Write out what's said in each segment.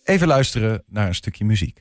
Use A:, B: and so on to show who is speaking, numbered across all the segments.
A: Even luisteren naar een stukje muziek.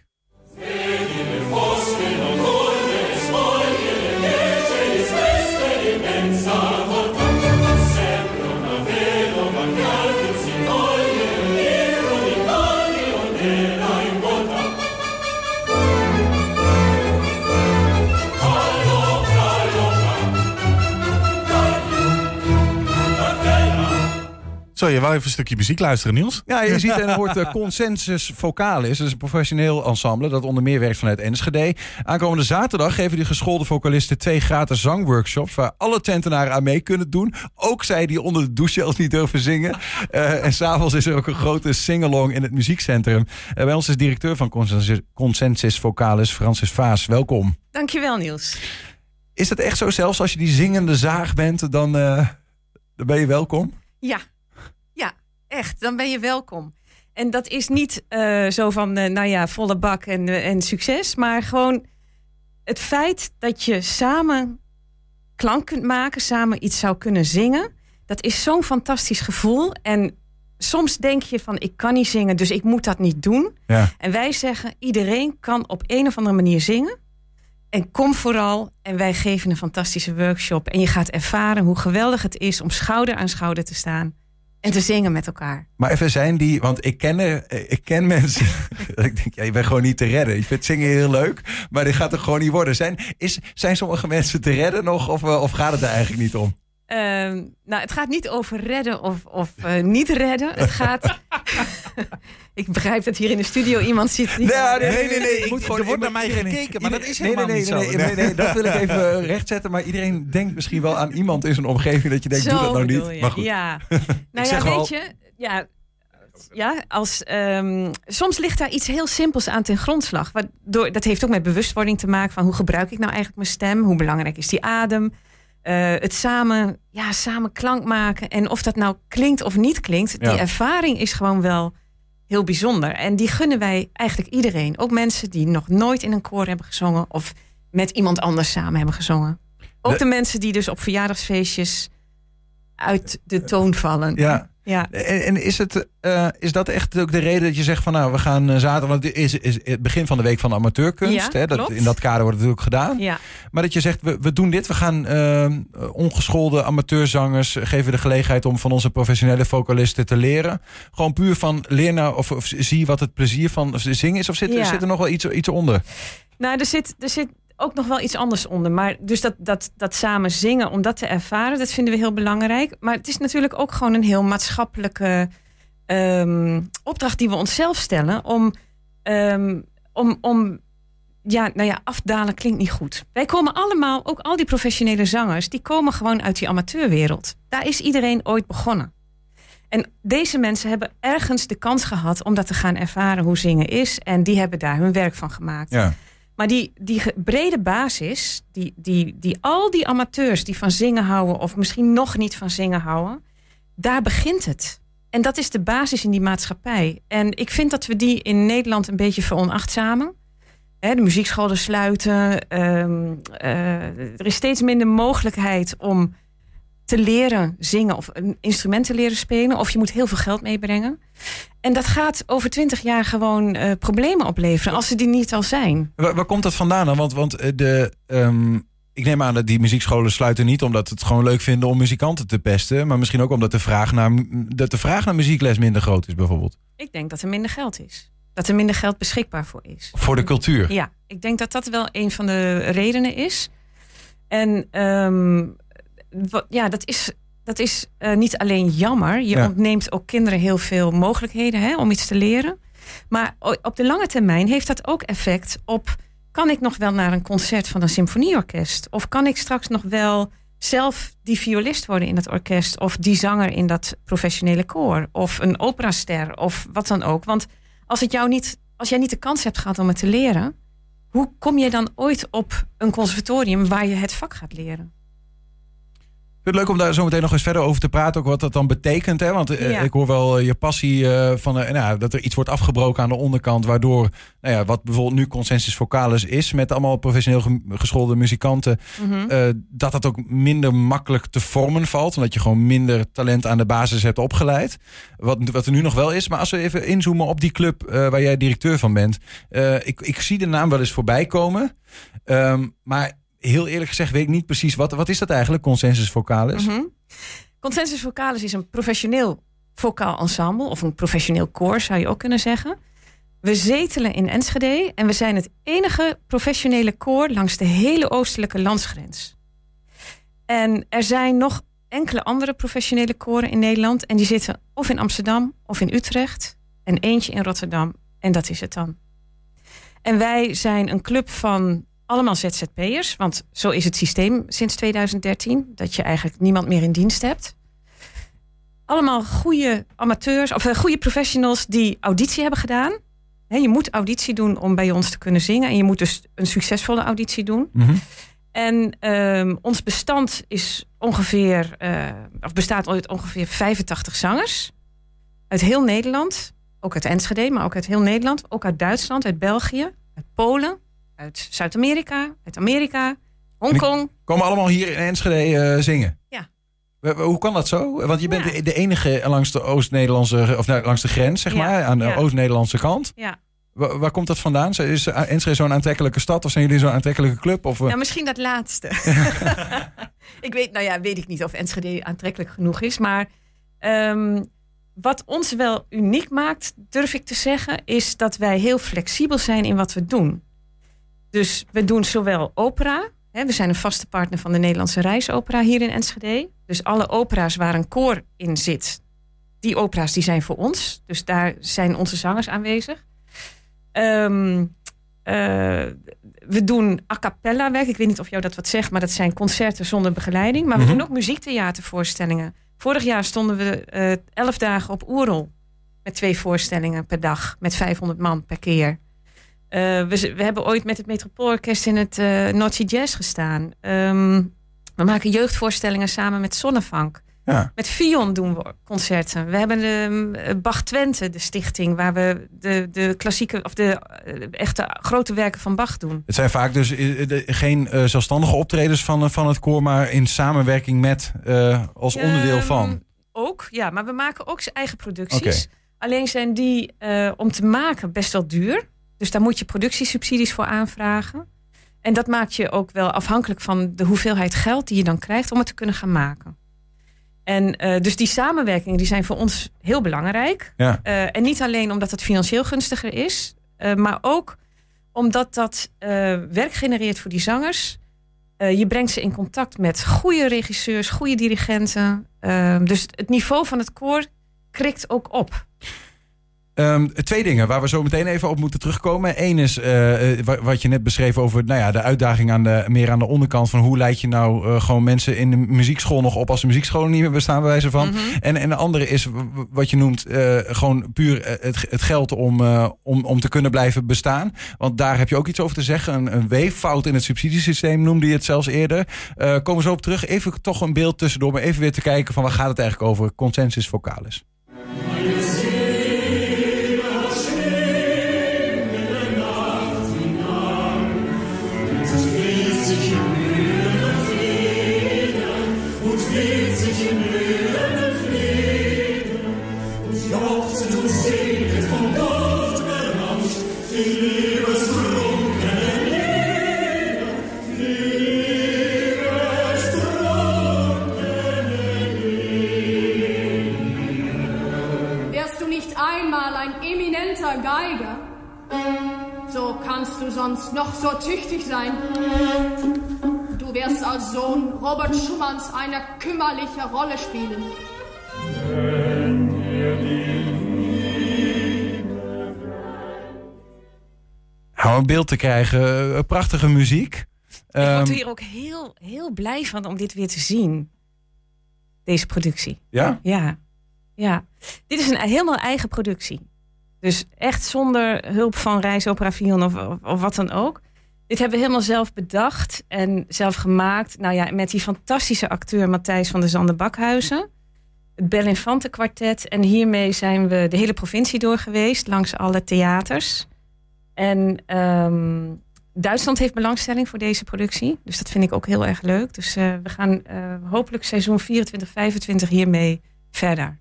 B: Zo, je wou even een stukje muziek luisteren, Niels?
A: Ja, je ziet en hoort Consensus Vocalis. Dat is een professioneel ensemble dat onder meer werkt vanuit Enschede. Aankomende zaterdag geven die geschoolde vocalisten 2 gratis zangworkshops waar alle Twentenaren aan mee kunnen doen. Ook zij die onder de douche als niet durven zingen. En s'avonds is er ook een grote sing-along in het muziekcentrum. Bij ons is directeur van Consensus Vocalis, Francis Vaas. Welkom.
C: Dankjewel, Niels.
A: Is dat echt zo? Zelfs als je die zingende zaag bent, dan ben je welkom?
C: Ja, echt. Dan ben je welkom. En dat is niet zo van, volle bak en succes. Maar gewoon het feit dat je samen klank kunt maken, samen iets zou kunnen zingen. Dat is zo'n fantastisch gevoel. En soms denk je van, ik kan niet zingen, dus ik moet dat niet doen.
A: Ja.
C: En wij zeggen, iedereen kan op een of andere manier zingen. En kom vooral en wij geven een fantastische workshop. En je gaat ervaren hoe geweldig het is om schouder aan schouder te staan. En te zingen met elkaar.
A: Maar even zijn die, want ik ken mensen. Ik denk, je bent gewoon niet te redden. Je vindt zingen heel leuk, maar dit gaat er gewoon niet worden. Zijn sommige mensen te redden nog of gaat het er eigenlijk niet om?
C: Het gaat niet over redden of niet redden. Het gaat... Ik begrijp dat hier in de studio iemand zit.
A: Nee.
B: Er wordt naar mij gekeken, maar dat is helemaal niet zo.
A: Nee, dat wil ik even rechtzetten. Maar iedereen denkt misschien wel aan iemand in zijn omgeving dat je denkt, doe dat nou niet. Maar goed.
C: Ja. Soms ligt daar iets heel simpels aan ten grondslag. Dat heeft ook met bewustwording te maken van hoe gebruik ik nou eigenlijk mijn stem? Hoe belangrijk is die adem? Het samen klank maken. En of dat nou klinkt of niet klinkt, die ervaring is gewoon wel heel bijzonder. En die gunnen wij eigenlijk iedereen. Ook mensen die nog nooit in een koor hebben gezongen of met iemand anders samen hebben gezongen. Ook de mensen die dus op verjaardagsfeestjes uit de toon vallen.
A: Ja.
C: Ja.
A: En is dat echt ook de reden dat je zegt van we gaan zaterdag, want het is het begin van de week van de amateurkunst.
C: Ja,
A: hè? In dat kader wordt het natuurlijk gedaan.
C: Ja.
A: Maar dat je zegt, we doen dit. We gaan ongeschoolde amateurzangers geven de gelegenheid om van onze professionele vocalisten te leren. Gewoon puur van leer nou of zie wat het plezier van zingen is. Of zit er nog wel iets onder?
C: Nou, er zit ook nog wel iets anders onder. Maar dus dat samen zingen, om dat te ervaren, dat vinden we heel belangrijk. Maar het is natuurlijk ook gewoon een heel maatschappelijke opdracht die we onszelf stellen. Afdalen klinkt niet goed. Wij komen allemaal, ook al die professionele zangers, die komen gewoon uit die amateurwereld. Daar is iedereen ooit begonnen. En deze mensen hebben ergens de kans gehad om dat te gaan ervaren hoe zingen is. En die hebben daar hun werk van gemaakt.
A: Ja.
C: Maar die brede basis, die al die amateurs die van zingen houden of misschien nog niet van zingen houden, daar begint het. En dat is de basis in die maatschappij. En ik vind dat we die in Nederland een beetje veronachtzamen. De muziekscholen sluiten. Er is steeds minder mogelijkheid om te leren zingen of een instrument te leren spelen. Of je moet heel veel geld meebrengen. En dat gaat over 20 jaar gewoon problemen opleveren als ze die niet al zijn.
A: Waar komt dat vandaan dan? Want ik neem aan dat die muziekscholen sluiten niet omdat het gewoon leuk vinden om muzikanten te pesten. Maar misschien ook omdat de vraag naar muziekles minder groot is bijvoorbeeld.
C: Ik denk dat er minder geld is. Dat er minder geld beschikbaar voor is.
A: Voor de cultuur?
C: Ja, ik denk dat dat wel een van de redenen is. En dat is niet alleen jammer. Je ontneemt ook kinderen heel veel mogelijkheden om iets te leren. Maar op de lange termijn heeft dat ook effect op, kan ik nog wel naar een concert van een symfonieorkest? Of kan ik straks nog wel zelf die violist worden in dat orkest? Of die zanger in dat professionele koor? Of een operaster? Of wat dan ook? Want als jij niet de kans hebt gehad om het te leren, hoe kom je dan ooit op een conservatorium waar je het vak gaat leren?
A: Ik vind het leuk om daar zo meteen nog eens verder over te praten. Ook wat dat dan betekent. Hè? Want ik hoor wel je passie dat er iets wordt afgebroken aan de onderkant. Waardoor wat bijvoorbeeld nu Consensus Vocalis is. Met allemaal professioneel geschoolde muzikanten. Dat ook minder makkelijk te vormen valt. Omdat je gewoon minder talent aan de basis hebt opgeleid. Wat er nu nog wel is. Maar als we even inzoomen op die club waar jij directeur van bent. Ik zie de naam wel eens voorbij komen. Maar heel eerlijk gezegd weet ik niet precies. Wat is dat eigenlijk, Consensus Vocalis?
C: Consensus Vocalis is een professioneel vocaal ensemble. Of een professioneel koor zou je ook kunnen zeggen. We zetelen in Enschede. En we zijn het enige professionele koor langs de hele oostelijke landsgrens. En er zijn nog enkele andere professionele koren in Nederland. En die zitten of in Amsterdam of in Utrecht. En eentje in Rotterdam. En dat is het dan. En wij zijn een club van allemaal ZZP'ers. Want zo is het systeem sinds 2013. Dat je eigenlijk niemand meer in dienst hebt. Allemaal goede amateurs of goede professionals die auditie hebben gedaan. Je moet auditie doen om bij ons te kunnen zingen. En je moet dus een succesvolle auditie doen. En ons bestand is bestaat uit ongeveer 85 zangers. Uit heel Nederland. Ook uit Enschede, maar ook uit heel Nederland. Ook uit Duitsland, uit België, uit Polen, uit Zuid-Amerika, uit Amerika, Hongkong.
A: Komen allemaal hier in Enschede zingen?
C: Ja.
A: Hoe kan dat zo? Want je bent de enige langs de Oost-Nederlandse, of langs de grens, zeg maar, aan de Oost-Nederlandse kant. Ja. Waar komt dat vandaan? Is Enschede zo'n aantrekkelijke stad of zijn jullie zo'n aantrekkelijke club? Of?
C: Nou, misschien dat laatste. Weet ik niet of Enschede aantrekkelijk genoeg is. Maar wat ons wel uniek maakt, durf ik te zeggen, is dat wij heel flexibel zijn in wat we doen. Dus we doen zowel opera. We zijn een vaste partner van de Nederlandse Reisopera hier in Enschede. Dus alle opera's waar een koor in zit, die opera's die zijn voor ons. Dus daar zijn onze zangers aanwezig. We doen a cappella werk. Ik weet niet of jou dat wat zegt, maar dat zijn concerten zonder begeleiding. Maar we doen ook muziektheatervoorstellingen. Vorig jaar stonden we 11 dagen op Oerol. Met 2 voorstellingen per dag. Met 500 man per keer. We hebben ooit met het Metropoolorkest in het Noordse Jazz gestaan. We maken jeugdvoorstellingen samen met Zonnevank. Ja. Met Fion doen we concerten. We hebben de Bach Twente, de stichting, waar we de klassieke of de echte grote werken van Bach doen. Het
A: zijn vaak dus geen zelfstandige optredens van het koor, maar in samenwerking met als onderdeel van.
C: Ook, ja, maar we maken ook zijn eigen producties. Okay. Alleen zijn die om te maken best wel duur. Dus daar moet je productiesubsidies voor aanvragen. En dat maakt je ook wel afhankelijk van de hoeveelheid geld die je dan krijgt om het te kunnen gaan maken. En dus die samenwerkingen die zijn voor ons heel belangrijk. Ja. En niet alleen omdat het financieel gunstiger is. Maar ook omdat dat werk genereert voor die zangers. Je brengt ze in contact met goede regisseurs, goede dirigenten. Dus het niveau van het koor krikt ook op.
A: 2 dingen waar we zo meteen even op moeten terugkomen. Eén is wat je net beschreef over de uitdaging meer aan de onderkant. Van hoe leid je nou gewoon mensen in de muziekschool nog op als de muziekscholen niet meer bestaan, bij wijze van. En de andere is wat je noemt gewoon puur het geld om te kunnen blijven bestaan. Want daar heb je ook iets over te zeggen. Een weeffout in het subsidiesysteem noemde je het zelfs eerder. Komen we zo op terug. Even toch een beeld tussendoor, maar even weer te kijken van waar gaat het eigenlijk over? Consensus Vocalis.
D: Geiger, so kannst du sonst noch so tüchtig sein. Du wirst als Sohn Robert Schumanns eine kümmerliche Rolle spielen.
A: Om een beeld te krijgen, prachtige muziek.
C: Ik word hier ook heel, heel blij van om dit weer te zien. Deze productie.
A: Ja?
C: Ja. Dit is een helemaal eigen productie. Dus echt zonder hulp van Reisopera Fion of wat dan ook. Dit hebben we helemaal zelf bedacht en zelf gemaakt. Nou ja, met die fantastische acteur Matthijs van der Zanden-Bakhuizen. Het Belinfante Kwartet. En hiermee zijn we de hele provincie door geweest, langs alle theaters. En Duitsland heeft belangstelling voor deze productie. Dus dat vind ik ook heel erg leuk. Dus we gaan hopelijk seizoen 24-25 hiermee verder.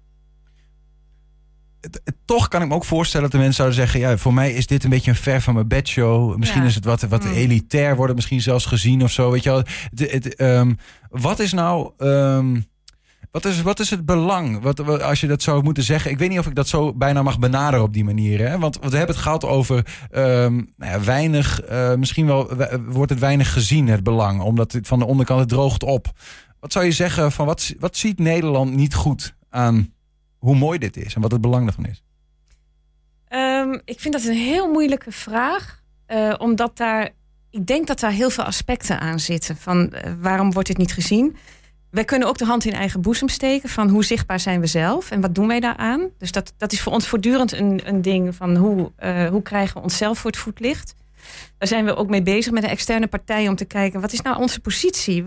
A: Toch kan ik me ook voorstellen dat de mensen zouden zeggen... ja, voor mij is dit een beetje een ver van mijn bedshow. Misschien is het wat elitair worden, misschien zelfs gezien of zo. Weet je wel. Wat is nou... Wat is het belang? Als je dat zou moeten zeggen... Ik weet niet of ik dat zo bijna mag benaderen op die manier. Hè? Want we hebben het gehad over weinig... misschien wel wordt het weinig gezien, het belang. Omdat het van de onderkant het droogt op. Wat zou je zeggen van wat ziet Nederland niet goed aan... hoe mooi dit is en wat het belang ervan is?
C: Ik vind dat een heel moeilijke vraag. Omdat ik denk dat daar heel veel aspecten aan zitten. Van waarom wordt dit niet gezien? Wij kunnen ook de hand in eigen boezem steken. Van hoe zichtbaar zijn we zelf en wat doen wij daaraan? Dus dat is voor ons voortdurend een ding van hoe krijgen we onszelf voor het voetlicht? Daar zijn we ook mee bezig met een externe partij om te kijken... wat is nou onze positie?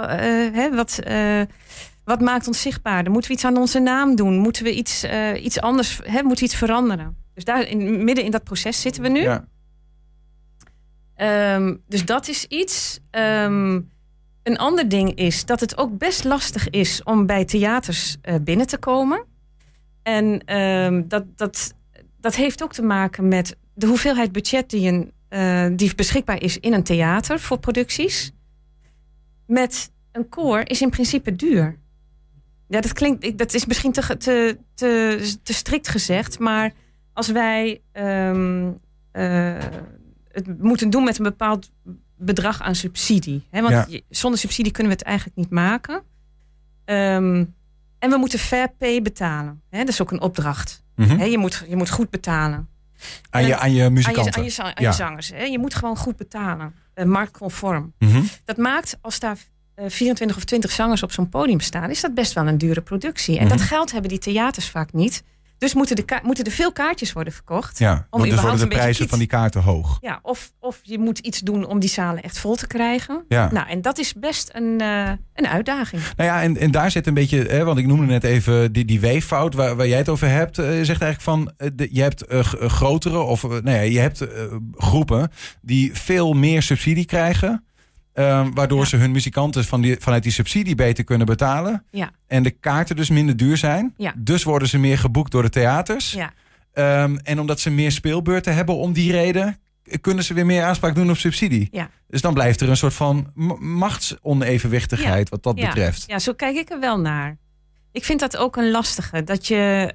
C: Wat maakt ons zichtbaarder? Moeten we iets aan onze naam doen? Moeten we iets anders, moeten we iets veranderen? Dus daar midden in dat proces zitten we nu. Ja. Dus dat is iets. Een ander ding is dat het ook best lastig is om bij theaters binnen te komen. En dat heeft ook te maken met de hoeveelheid budget die beschikbaar is in een theater voor producties. Met een koor is in principe duur. Ja, dat is misschien te strikt gezegd, maar als wij het moeten doen met een bepaald bedrag aan subsidie. Hè, want zonder subsidie kunnen we het eigenlijk niet maken. En we moeten fair pay betalen. Hè, dat is ook een opdracht.
A: Mm-hmm.
C: Hè, je moet goed betalen.
A: Aan je muzikanten.
C: Aan je zangers. Hè. Je moet gewoon goed betalen. Marktconform.
A: Mm-hmm.
C: Dat maakt, als daar 24 of 20 zangers op zo'n podium staan... is dat best wel een dure productie. En dat geld hebben die theaters vaak niet. Dus moeten er veel kaartjes worden verkocht.
A: Ja, want dus worden de prijzen van die kaarten hoog.
C: Ja, of je moet iets doen om die zalen echt vol te krijgen. Ja. Nou, en dat is best een uitdaging.
A: Nou ja, en daar zit een beetje... want ik noemde net even die weeffout waar jij het over hebt. Zegt eigenlijk van... je hebt grotere of... je hebt groepen die veel meer subsidie krijgen... waardoor ze hun muzikanten vanuit die subsidie beter kunnen betalen.
C: Ja.
A: En de kaarten dus minder duur zijn.
C: Ja.
A: Dus worden ze meer geboekt door de theaters.
C: Ja.
A: En omdat ze meer speelbeurten hebben om die reden... kunnen ze weer meer aanspraak doen op subsidie.
C: Ja.
A: Dus dan blijft er een soort van machtsonevenwichtigheid wat dat betreft.
C: Ja, zo kijk ik er wel naar. Ik vind dat ook een lastige. Dat je...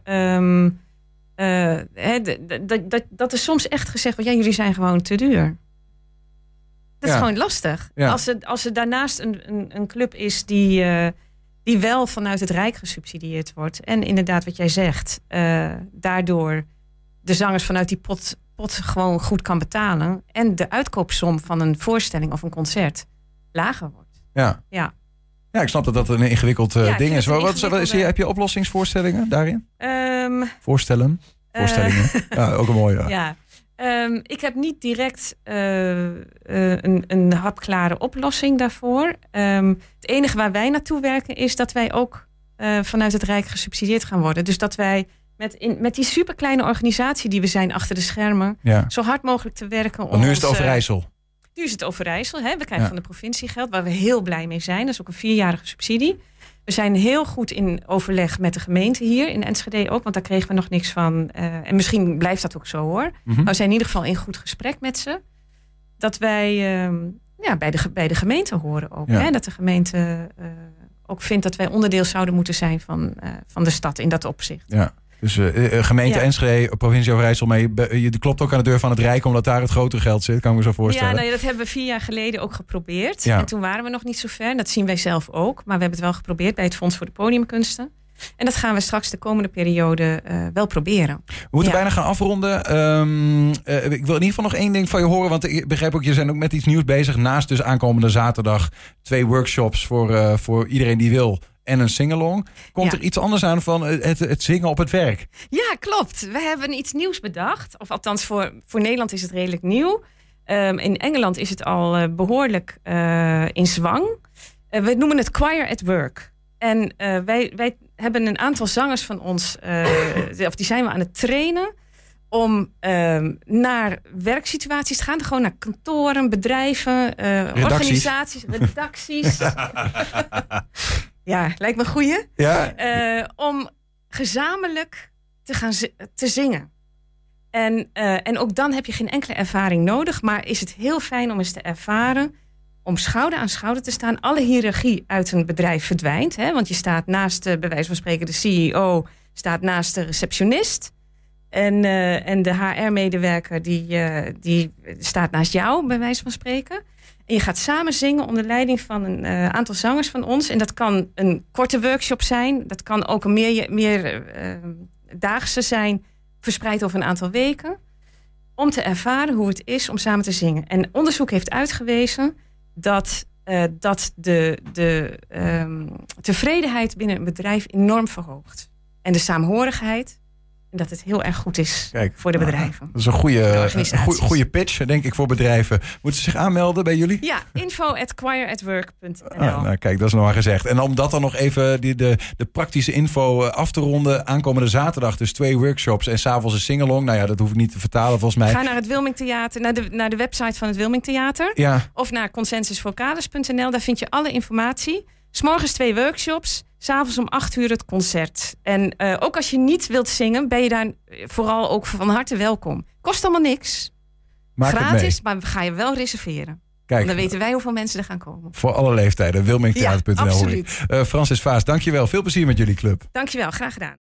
C: dat er soms echt gezegd wordt... jullie zijn gewoon te duur. Dat is gewoon lastig. Ja. Als er daarnaast een club is die wel vanuit het Rijk gesubsidieerd wordt. En inderdaad wat jij zegt. Daardoor de zangers vanuit die pot gewoon goed kan betalen. En de uitkoopsom van een voorstelling of een concert lager wordt.
A: Ja. Ja, ik snap dat een ingewikkeld ding is. Heb je oplossingsvoorstellingen daarin? Voorstellingen. Ook een mooie.
C: Ja. Ik heb niet direct een hapklare oplossing daarvoor. Het enige waar wij naartoe werken is dat wij ook vanuit het Rijk gesubsidieerd gaan worden. Dus dat wij met die superkleine organisatie die we zijn achter de schermen... zo hard mogelijk te werken.
A: Want nu is het Overijssel.
C: Nu is het Overijssel. Hè? We krijgen van de provincie geld, waar we heel blij mee zijn. Dat is ook een 4-jarige subsidie. We zijn heel goed in overleg met de gemeente hier in Enschede ook. Want daar kregen we nog niks van. En misschien blijft dat ook zo hoor. Mm-hmm. Maar we zijn in ieder geval in goed gesprek met ze. Dat wij bij de gemeente horen ook. Hè? Dat de gemeente ook vindt dat wij onderdeel zouden moeten zijn van de stad in dat opzicht.
A: Ja. Dus gemeente Enschede, provincie Overijssel, maar je klopt ook aan de deur van het Rijk... omdat daar het grotere geld zit, kan ik me zo voorstellen.
C: Ja, dat hebben we 4 jaar geleden ook geprobeerd. Ja. En toen waren we nog niet zo ver. Dat zien wij zelf ook. Maar we hebben het wel geprobeerd bij het Fonds voor de Podiumkunsten. En dat gaan we straks de komende periode wel proberen.
A: We moeten bijna gaan afronden. Ik wil in ieder geval nog 1 ding van je horen. Want ik begrijp ook, je bent ook met iets nieuws bezig. Naast dus aankomende zaterdag 2 workshops voor iedereen die wil... en een singalong. Komt er iets anders aan van het zingen op het werk?
C: Ja, klopt. We hebben iets nieuws bedacht. Of althans, voor Nederland is het redelijk nieuw. In Engeland is het al behoorlijk in zwang. We noemen het Choir at Work. En wij hebben een aantal zangers van ons, of die zijn we aan het trainen om naar werksituaties te gaan. Gewoon naar kantoren, bedrijven, organisaties, redacties. Ja, lijkt me een goeie.
A: Ja.
C: Om gezamenlijk te gaan te zingen. En ook dan heb je geen enkele ervaring nodig. Maar is het heel fijn om eens te ervaren, om schouder aan schouder te staan. Alle hiërarchie uit een bedrijf verdwijnt. Hè? Want je staat naast, bij wijze van spreken, de CEO, staat naast de receptionist. En de HR-medewerker die staat naast jou, bij wijze van spreken. En je gaat samen zingen onder leiding van een aantal zangers van ons. En dat kan een korte workshop zijn. Dat kan ook een meerdaagse zijn, verspreid over een aantal weken. Om te ervaren hoe het is om samen te zingen. En onderzoek heeft uitgewezen dat de tevredenheid binnen een bedrijf enorm verhoogt. En de saamhorigheid. En dat het heel erg goed is voor de bedrijven.
A: Dat is een goede pitch, denk ik, voor bedrijven. Moeten ze zich aanmelden bij jullie?
C: Ja, info@choiratwork.nl.
A: Nou, kijk, dat is nog maar gezegd. En om dat dan nog even de praktische info af te ronden. Aankomende zaterdag dus 2 workshops en 's avonds een sing-along. Nou ja, dat hoef ik niet te vertalen volgens mij.
C: Ga naar het Wilming Theater, naar de website van het Wilming Theater.
A: Ja.
C: Of naar consensusvocalis.nl. Daar vind je alle informatie. 's Morgens 2 workshops. 's Avonds om 8:00 het concert. En ook als je niet wilt zingen, ben je daar vooral ook van harte welkom. Kost allemaal niks. Gratis, maar we gaan je wel reserveren. Kijk, dan weten wij hoeveel mensen er gaan komen.
A: Voor alle leeftijden. Wilmingtheater.nl.
C: Ja, absoluut.
A: Francis Vaas, dankjewel. Veel plezier met jullie club.
C: Dankjewel, graag gedaan.